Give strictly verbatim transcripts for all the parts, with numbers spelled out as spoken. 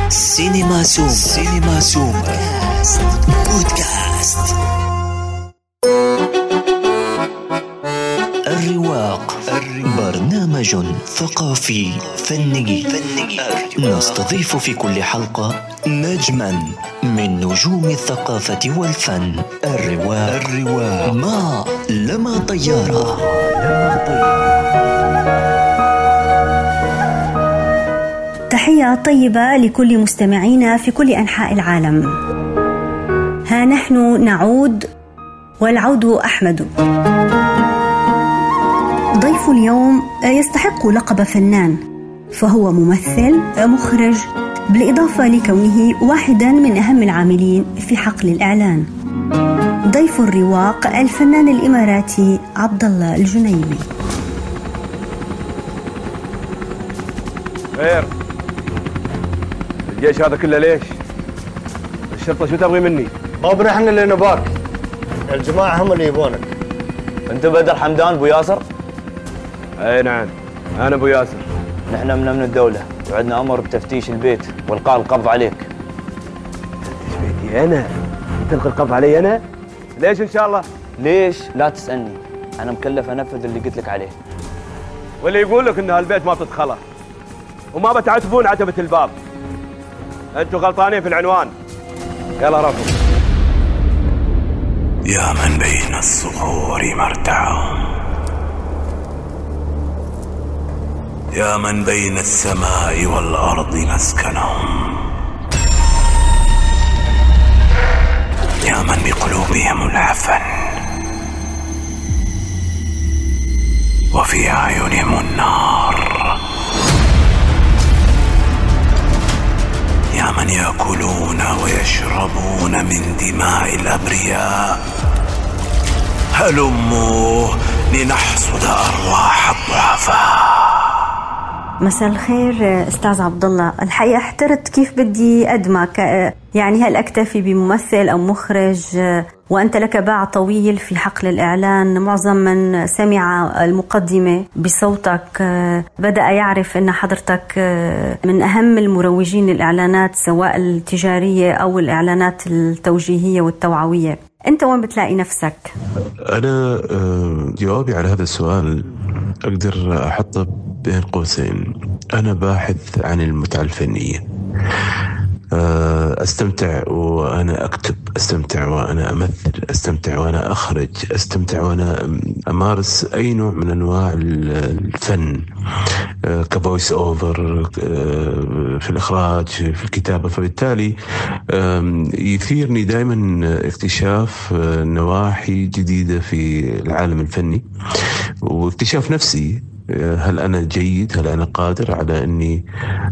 سينما سوم سينما سوم بودكاست. الرواق برنامج ثقافي فني نستضيف في كل حلقة نجما من نجوم الثقافة والفن. الرواق الرواق ما لما طيارة. تحية طيبة لكل مستمعينا في كل أنحاء العالم. ها نحن نعود والعود أحمد. ضيف اليوم يستحق لقب فنان، فهو ممثل مخرج، بالإضافة لكونه واحدا من أهم العاملين في حقل الإعلان. ضيف الرواق الفنان الإماراتي عبدالله الجنيبي. خير الجيش هذا كله ليش؟ الشرطة شو تبغي مني؟ مو بنحن اللي نباك، الجماعة هم اللي يبونك. انت بدر حمدان ابو ياسر؟ اي نعم انا ابو ياسر. نحن من امن الدولة وعندنا امر بتفتيش البيت والقاء القبض عليك. تفتيش بيتي انا؟ تلقي القبض علي انا؟ ليش ان شاء الله؟ ليش؟ لا تسألني، انا مكلف انفذ اللي قلت لك عليه. واللي يقول لك ان هالبيت ما بتدخله وما بتعتبون عتبة الباب، انتوا غلطانين في العنوان. يلا رفض. يا من بين الصخور مرتعا، يا من بين السماء والأرض مسكنهم، يا من بقلوبهم العفن وفي أعينهم النار، يا من يأكلون ويشربون من دماء الأبرياء، هلموا لنحصد أرواح الضعفاء. مساء الخير استاذ عبدالله. الحقيقة احترت كيف بدي أدمك، يعني هل أكتفي بممثل أو مخرج وأنت لك باع طويل في حقل الإعلان؟ معظم من سمع المقدمة بصوتك بدأ يعرف أن حضرتك من أهم المروجين للإعلانات سواء التجارية أو الإعلانات التوجيهية والتوعوية. أنت وين بتلاقي نفسك؟ أنا جوابي على هذا السؤال أقدر أحطه بين قوسين. أنا باحث عن المتعة الفنية، أستمتع وأنا أكتب، أستمتع وأنا أمثل، أستمتع وأنا أخرج، أستمتع وأنا أمارس أي نوع من أنواع الفن كفويس أوفر، في الإخراج، في الكتابة. فبالتالي يثيرني دائما اكتشاف نواحي جديدة في العالم الفني واكتشاف نفسي. هل أنا جيد؟ هل أنا قادر على أني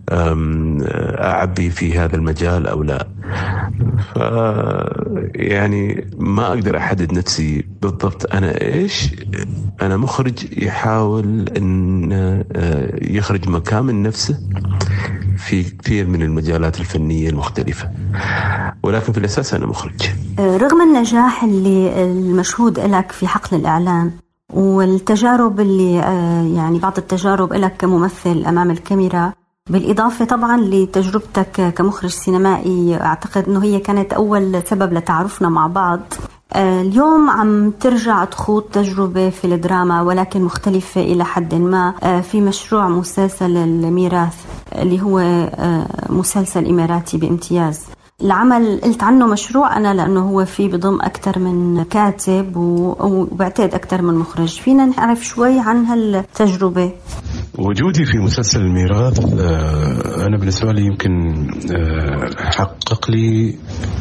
أعبي في هذا المجال أو لا؟ ف يعني ما أقدر أحدد نفسي بالضبط أنا إيش. أنا مخرج يحاول أن يخرج مكان من نفسه في كثير من المجالات الفنية المختلفة، ولكن في الأساس أنا مخرج. رغم النجاح اللي المشهود لك في حقل الإعلان والتجارب اللي يعني بعض التجارب لك كممثل أمام الكاميرا، بالإضافة طبعا لتجربتك كمخرج سينمائي، أعتقد أنه هي كانت أول سبب لتعرفنا مع بعض. اليوم عم ترجع تخوض تجربة في الدراما ولكن مختلفة إلى حد ما في مشروع مسلسل الميراث اللي هو مسلسل إماراتي بامتياز. العمل قلت عنه مشروع أنا لأنه هو فيه بضم أكثر من كاتب وبعتقد أكثر من مخرج. فينا نعرف شوي عن هالتجربة؟ وجودي في مسلسل الميراث أنا بالنسبة لي يمكن حقق لي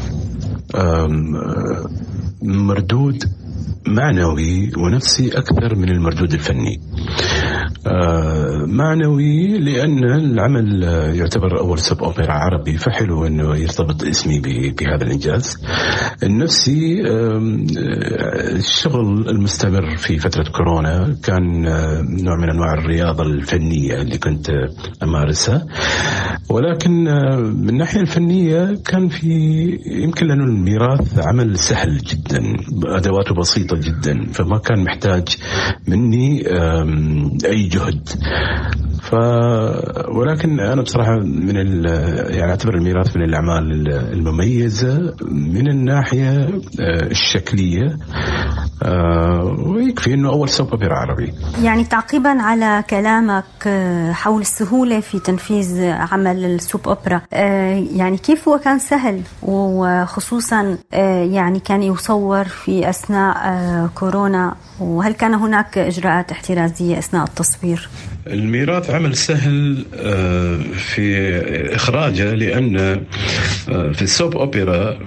مردود معنوي ونفسي أكثر من المردود الفني. آه معنوي لأن العمل يعتبر أول سب أوبرا عربي، فحلو أنه يرتبط اسمي بهذا الإنجاز. النفسي آه الشغل المستمر في فترة كورونا كان آه نوع من أنواع الرياضة الفنية اللي كنت أمارسها، ولكن آه من الناحية الفنية كان في يمكن لأنه الميراث عمل سهل جدا، أدواته بسيطة جدا، فما كان محتاج مني أي جهد. ف ولكن أنا بصراحة من يعني أعتبر الميراث من الأعمال المميزة من الناحية الشكلية، ويكفي إنه أول سوب أوبرا عربي. يعني تعقيبا على كلامك حول السهولة في تنفيذ عمل السوب أوبرا، يعني كيف هو كان سهل، وخصوصا يعني كان يصور في أثناء كورونا، وهل كان هناك إجراءات احترازية أثناء التصوير؟ الميراث عمل سهل في إخراجه، لأن في السوب أوبرا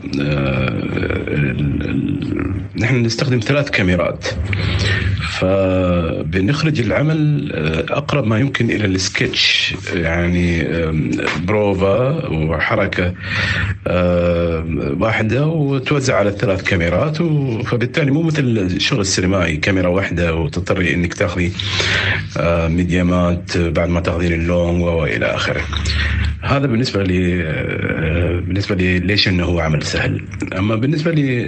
نحن نستخدم ثلاث كاميرات، فبنخرج العمل أقرب ما يمكن إلى السكتش، يعني بروفا وحركة واحدة وتوزع على الثلاث كاميرات، فبالتالي مو مثل الشغل السينمائي كاميرا واحدة وتضطري إنك تاخذي ميديامات بعد ما تاخذين اللونج وإلى آخره. هذا بالنسبة لي بالنسبة لي ليش إنه هو عمل سهل. أما بالنسبة لي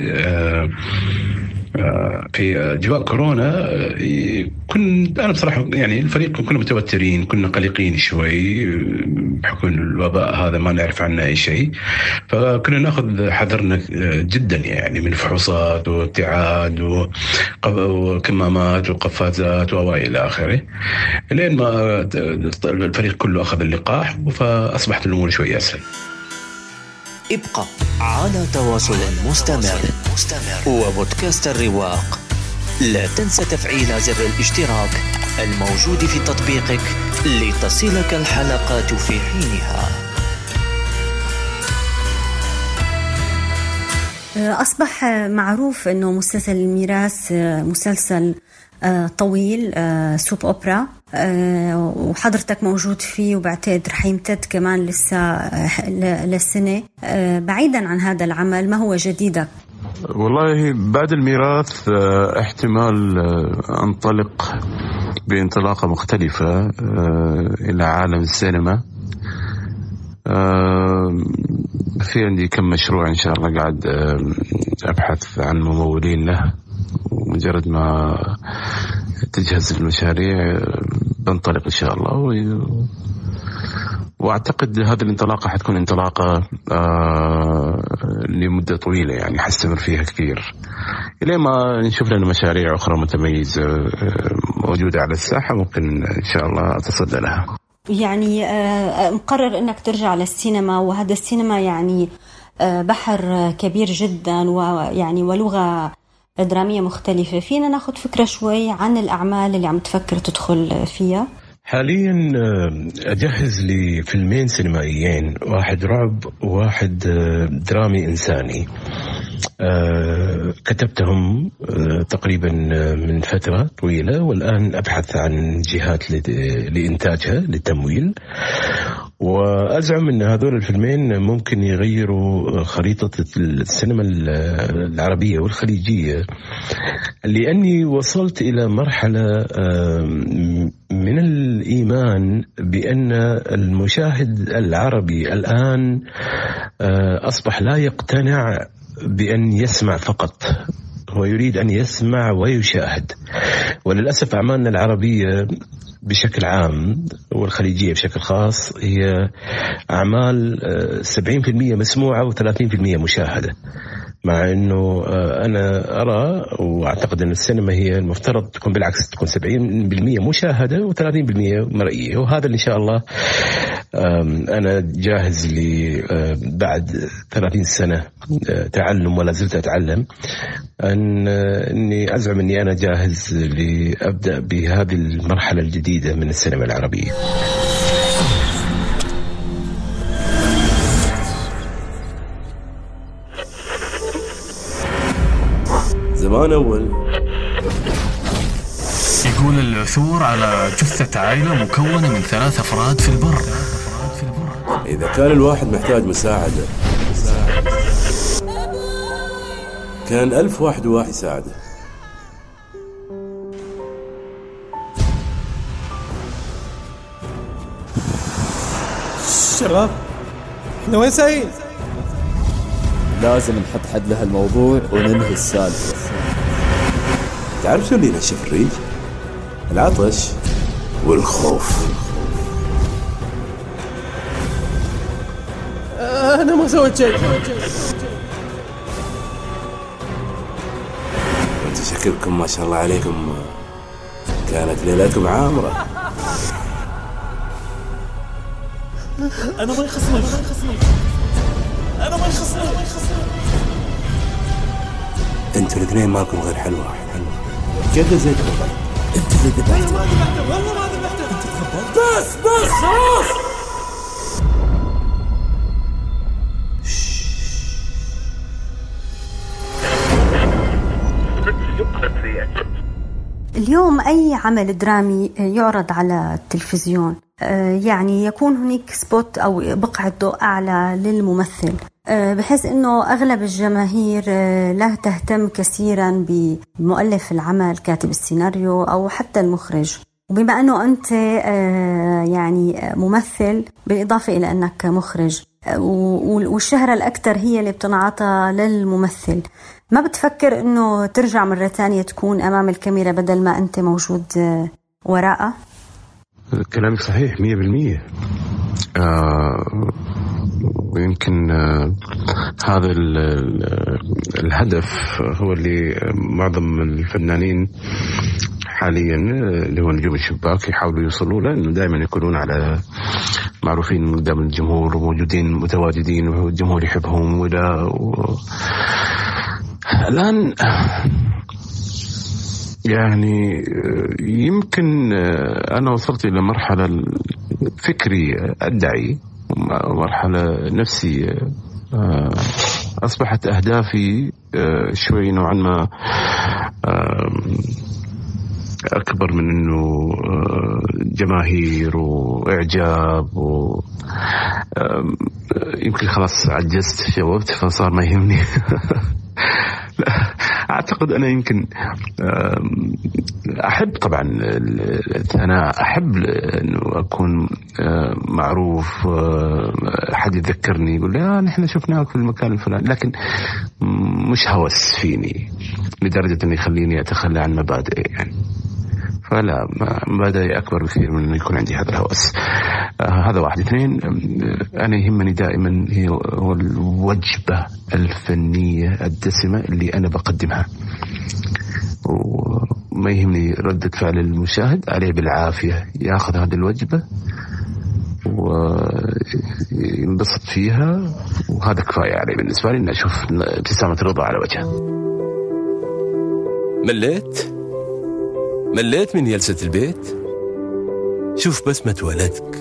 في أجواء كورونا كنت أنا بصراحة يعني الفريق كنا متوترين، كنا قلقين شوي بحكم الوباء هذا ما نعرف عنه أي شيء، فكنا نأخذ حذرنا جدا يعني من فحوصات وابتعاد وكمامات وقفازات وإلى آخره، لين ما الفريق كله أخذ اللقاح فأصبحت الأمور شوي أسهل. ابقى على تواصل مستمر وبودكاست الرواق. لا تنسى تفعيل زر الاشتراك الموجود في تطبيقك لتصلك الحلقات في حينها. أصبح معروف أنه مسلسل الميراث مسلسل طويل سوب أوبرا، وحضرتك موجود فيه، وبعتقد رح يمتد كمان لسه للسنة. بعيدا عن هذا العمل، ما هو جديدك؟ والله بعد الميراث احتمال انطلق بانطلاقة مختلفة إلى عالم السينما. في عندي كم مشروع إن شاء الله قاعد أبحث عن ممولين له، ومجرد ما تجهز المشاريع بنطلق إن شاء الله. و... وأعتقد هذه الانطلاقة حتكون انطلاقة آه لمدة طويلة، يعني حستمر فيها كثير إلى ما نشوف لنا مشاريع أخرى متميزة موجودة على الساحة، ممكن إن شاء الله أتصدى لها. يعني مقرر أنك ترجع للسينما، وهذا السينما يعني بحر كبير جدا، ويعني ولغة درامية مختلفة. فينا ناخد فكرة شوي عن الأعمال اللي عم تفكر تدخل فيها؟ حاليا أجهز لي فيلمين سينمائيين، واحد رعب وواحد درامي إنساني. كتبتهم تقريبا من فترة طويلة، والآن أبحث عن جهات لإنتاجها للتمويل، وأزعم أن هذول الفيلمين ممكن يغيروا خريطة السينما العربية والخليجية، لأني وصلت إلى مرحلة من الإيمان بأن المشاهد العربي الآن أصبح لا يقتنع بأن يسمع فقط، هو يريد أن يسمع ويشاهد. وللأسف أعمالنا العربية بشكل عام والخليجية بشكل خاص هي أعمال سبعين بالمئة مسموعة وثلاثين بالمئة مشاهدة، مع أنه أنا أرى وأعتقد أن السينما هي المفترض تكون بالعكس، تكون سبعين بالمئة مشاهدة وثلاثين بالمئة مرئية. وهذا اللي إن شاء الله أنا جاهز لي بعد ثلاثين سنة تعلم ولا زلت أتعلم، أن أني أزعم أني أنا جاهز لأبدأ بهذه المرحلة الجديدة من السينما العربية. زمان أول يقول العثور على جثة عائلة مكونة من ثلاث أفراد في البر. إذا كان الواحد محتاج مساعدة كان ألف واحد وواحد يساعده. شباب احنا وين سايين؟ لازم نحط حد لها الموضوع وننهي السالفة. تعرف شو اللي ينشف الريج؟ العطش والخوف. أنا ما سويت شيء. أنت شكلكم ما شاء الله عليكم كانت ليلتكم عامرة. أنا ما يخصني أنا ما يخصني أنتوا الاثنين مالكم غير حلوة حلوة. كيف زيتكم؟ أنت اللي ذبحته. والله ما ذبحته. أنت تخبرت. بس بس خلاص. اليوم أي عمل درامي يعرض على التلفزيون يعني يكون هناك سبوت أو بقعة ضوء أعلى للممثل، بحيث أنه أغلب الجماهير لا تهتم كثيرا بمؤلف العمل، كاتب السيناريو أو حتى المخرج. وبما أنه أنت يعني ممثل بالإضافة إلى أنك مخرج، والشهرة الأكثر هي اللي بتنعطى للممثل، ما بتفكر أنه ترجع مرة تانية تكون أمام الكاميرا بدل ما أنت موجود وراءه؟ كلامك صحيح مية بالمية. آه ويمكن آه هذا الهدف هو اللي معظم الفنانين حاليا اللي هو نجوم الشباك يحاولوا يوصلوا له، انه دائما يكونون على معروفين قدام الجمهور وموجودين متواجدين والجمهور يحبهم. ولا و... الآن يعني يمكن أنا وصلت إلى مرحلة فكري أدعي مرحلة نفسي أصبحت أهدافي شوي نوعا ما أكبر من إنه جماهير وإعجاب و يمكن خلاص عجزت شوبت فصار ما يهمني. أعتقد أنا يمكن أحب طبعا الثناء، أحب أنه أكون معروف، حد يذكرني يقول لي آه نحن شفناك في المكان الفلاني، لكن مش هوس فيني لدرجة أن يخليني أتخلى عن مبادئي يعني. فلا، مبادئي أكبر بكثير من أن يكون عندي هذا الهوس. آه هذا واحد. اثنين، أنا يهمني دائما هي هو الوجبة الفنية الدسمة اللي أنا بقدمها، وما يهمني ردة فعل المشاهد، عليه بالعافية يأخذ هذه الوجبة وينبسط فيها، وهذا كفاية علي بالنسبة لي، إن أشوف ابتسامة رضا على وجهه. مليت مليت من جلسة البيت؟ شوف بسمة ولدك،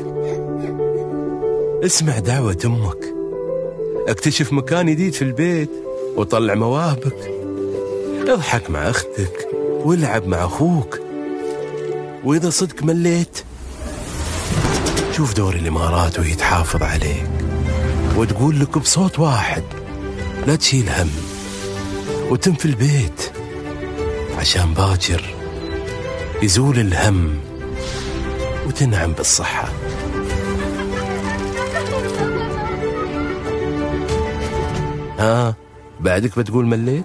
اسمع دعوة أمك، اكتشف مكان جديد في البيت وطلع مواهبك، اضحك مع أختك والعب مع أخوك. وإذا صدق مليت، شوف دور الإمارات وهي تحافظ عليك وتقول لك بصوت واحد لا تشيل هم وتم في البيت، عشان باكر يزول الهم وتنعم بالصحة. ها بعدك بتقول مليت؟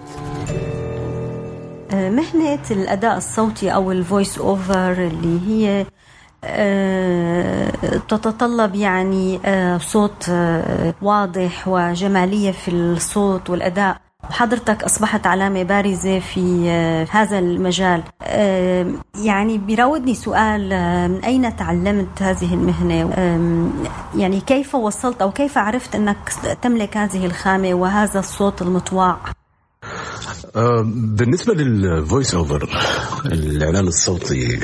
مهنة الأداء الصوتي أو الفويس أوفر اللي هي تتطلب يعني صوت واضح وجمالية في الصوت والأداء، وحضرتك أصبحت علامة بارزة في هذا المجال. يعني بيراودني سؤال، من أين تعلمت هذه المهنة؟ يعني كيف وصلت أو كيف عرفت أنك تملك هذه الخامة وهذا الصوت المطواع؟ بالنسبة للفويس أوفر، الإعلان الصوتي،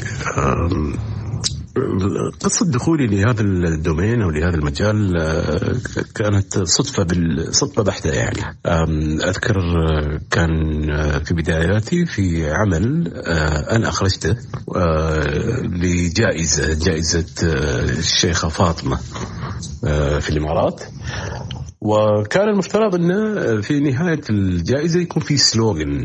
قصة دخولي لهذا الدومين أو لهذا المجال كانت صدفة بالصدفة بحتة يعني. أذكر كان في بداياتي في عمل أنا أخرجته لجائزة جائزة الشيخة فاطمة في الإمارات، وكان المفترض أنه في نهاية الجائزة يكون في سلوغن،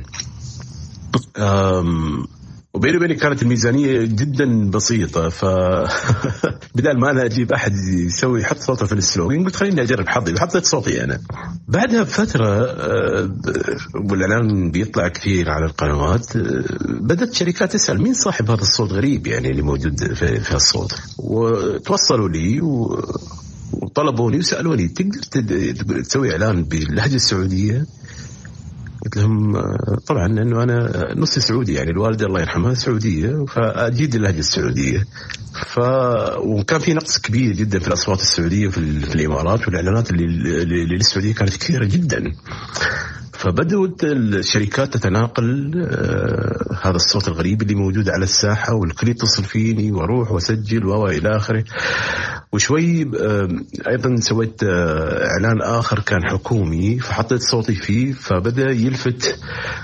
وبيني وبيني كانت الميزانية جدا بسيطة، فبدال ما أنا أجيب أحد يسوي يحط صوته في السلوغن قلت خليني أجرب حظي، وحطيت صوتي أنا. بعدها بفترة والإعلان بيطلع كثير على القنوات، بدأت شركات تسأل مين صاحب هذا الصوت غريب يعني اللي موجود في, في الصوت، وتوصلوا لي و وطلبوني وسألوني تقدر تسوي إعلان باللهجة السعودية؟ قلت لهم طبعا انه انا نصي سعودي، يعني الوالده الله يرحمها سعوديه، فاجيد اللهجه السعوديه. ف وكان في نقص كبير جدا في الاصوات السعوديه في, في الامارات، والاعلانات اللي, اللي للسعوديه كانت كثيره جدا. فبدأت الشركات تتناقل آه هذا الصوت الغريب اللي موجود على الساحة، والكل يتصل فيني واروح واسجل وإلى آخره. وشوي آه أيضا سويت آه إعلان آخر كان حكومي فحطيت صوتي فيه، فبدأ يلفت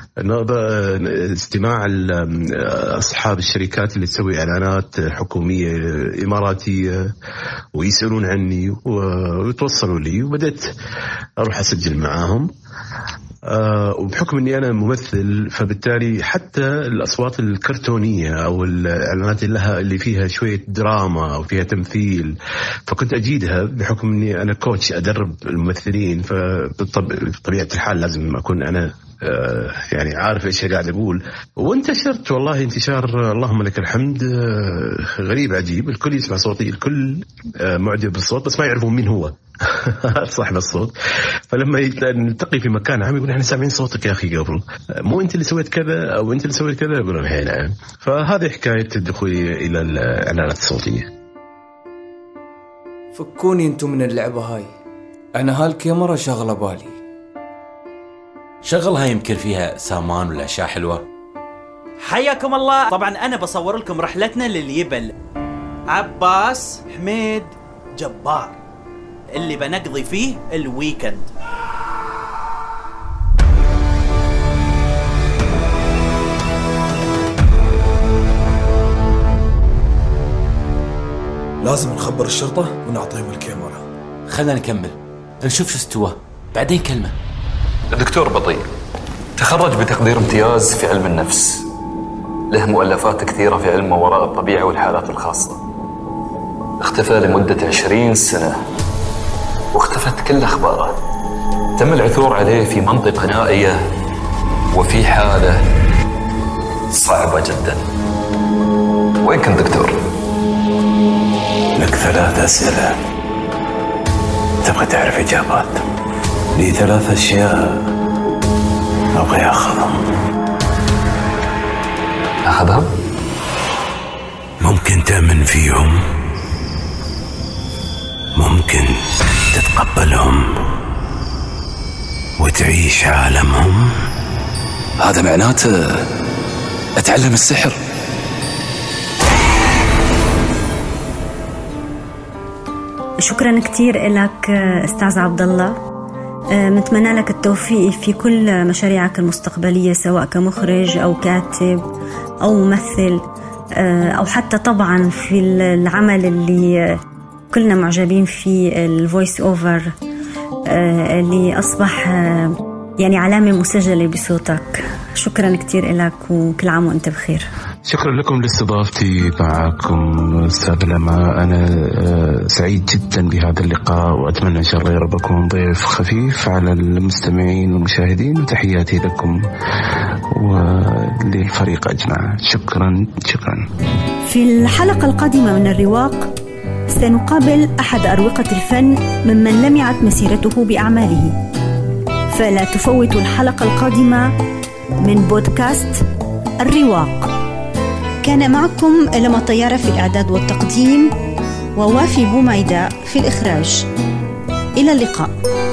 استماع أصحاب الشركات اللي تسوي إعلانات حكومية إماراتية ويسألون عني ويتوصلوا لي، وبدأت أروح أسجل معاهم. آه وبحكم أني أنا ممثل، فبالتالي حتى الأصوات الكرتونية أو الإعلانات اللي, لها اللي فيها شوية دراما أو فيها تمثيل فكنت أجيدها، بحكم أني أنا كوتش أدرب الممثلين، فبطبيعة الحال لازم أكون أنا آه يعني عارف إيش قاعد أقول. وانتشرت والله انتشار اللهم لك الحمد آه غريب عجيب. الكل يسمع صوتي، الكل آه معجب بالصوت، بس ما يعرفون مين هو صاحب الصوت. فلما نلتقي في مكان عام يقول احنا سامعين صوتك يا اخي قبل، مو انت اللي سويت كذا او انت اللي سويت كذا؟ يقولون هي نعم. فهذه حكايه دخولي الى الاعلانات الصوتيه. فكوني انتم من اللعبه هاي، انا هالكاميرا شغله بالي. شغلها يمكن فيها سامان ولا اشياء حلوه. حياكم الله. طبعا انا بصور لكم رحلتنا لليبل. عباس حميد جبار اللي بنقضي فيه الويكند. لازم نخبر الشرطة ونعطيهم الكاميرا. خلنا نكمل نشوف شو استوى بعدين كلمة. الدكتور بطيء تخرج بتقدير امتياز في علم النفس، له مؤلفات كثيرة في علم ما وراء الطبيعة والحالات الخاصة. اختفى لمدة عشرين سنة واختفت كل أخباره. تم العثور عليه في منطقة نائية وفي حالة صعبة جدا. وين كنت دكتور؟ لك ثلاث أسئلة تبغى تعرف إجابات. لي ثلاث أشياء أبغى أخذهم. أخذهم؟ ممكن تأمن فيهم، ممكن تتقبلهم وتعيش عالمهم. هذا معناته أتعلم السحر. شكرا كثير لك أستاذ عبد الله. نتمنى لك التوفيق في كل مشاريعك المستقبلية، سواء كمخرج أو كاتب أو ممثل أو حتى طبعا في العمل اللي كلنا معجبين فيه، الفويس أوفر اللي أصبح يعني علامة مسجلة بصوتك. شكرا كثير لك وكل عام وأنت بخير. شكرا لكم لاستضافتي معكم أستاذ لما. أنا سعيد جدا بهذا اللقاء، وأتمنى إن شاء الله يا رب أكون ضيف خفيف على المستمعين والمشاهدين، وتحياتي لكم وللفريق أجمع. شكرا شكرا. في الحلقة القادمة من الرواق سنقابل أحد أروقة الفن ممن لمعت مسيرته بأعماله، فلا تفوتوا الحلقة القادمة من بودكاست الرواق. كان معكم لما طيارة في الإعداد والتقديم، ووافي بوميدة في الإخراج. إلى اللقاء.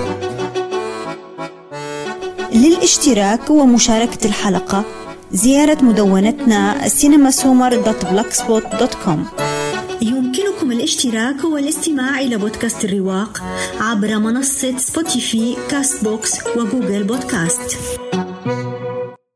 للاشتراك ومشاركة الحلقة زيارة مدونتنا سينماسومر دوت بلاكسبوت دوت كوم. يمكنكم الاشتراك والاستماع إلى بودكاست الرواق عبر منصة سبوتيفاي، كاست بوكس وجوجل بودكاست.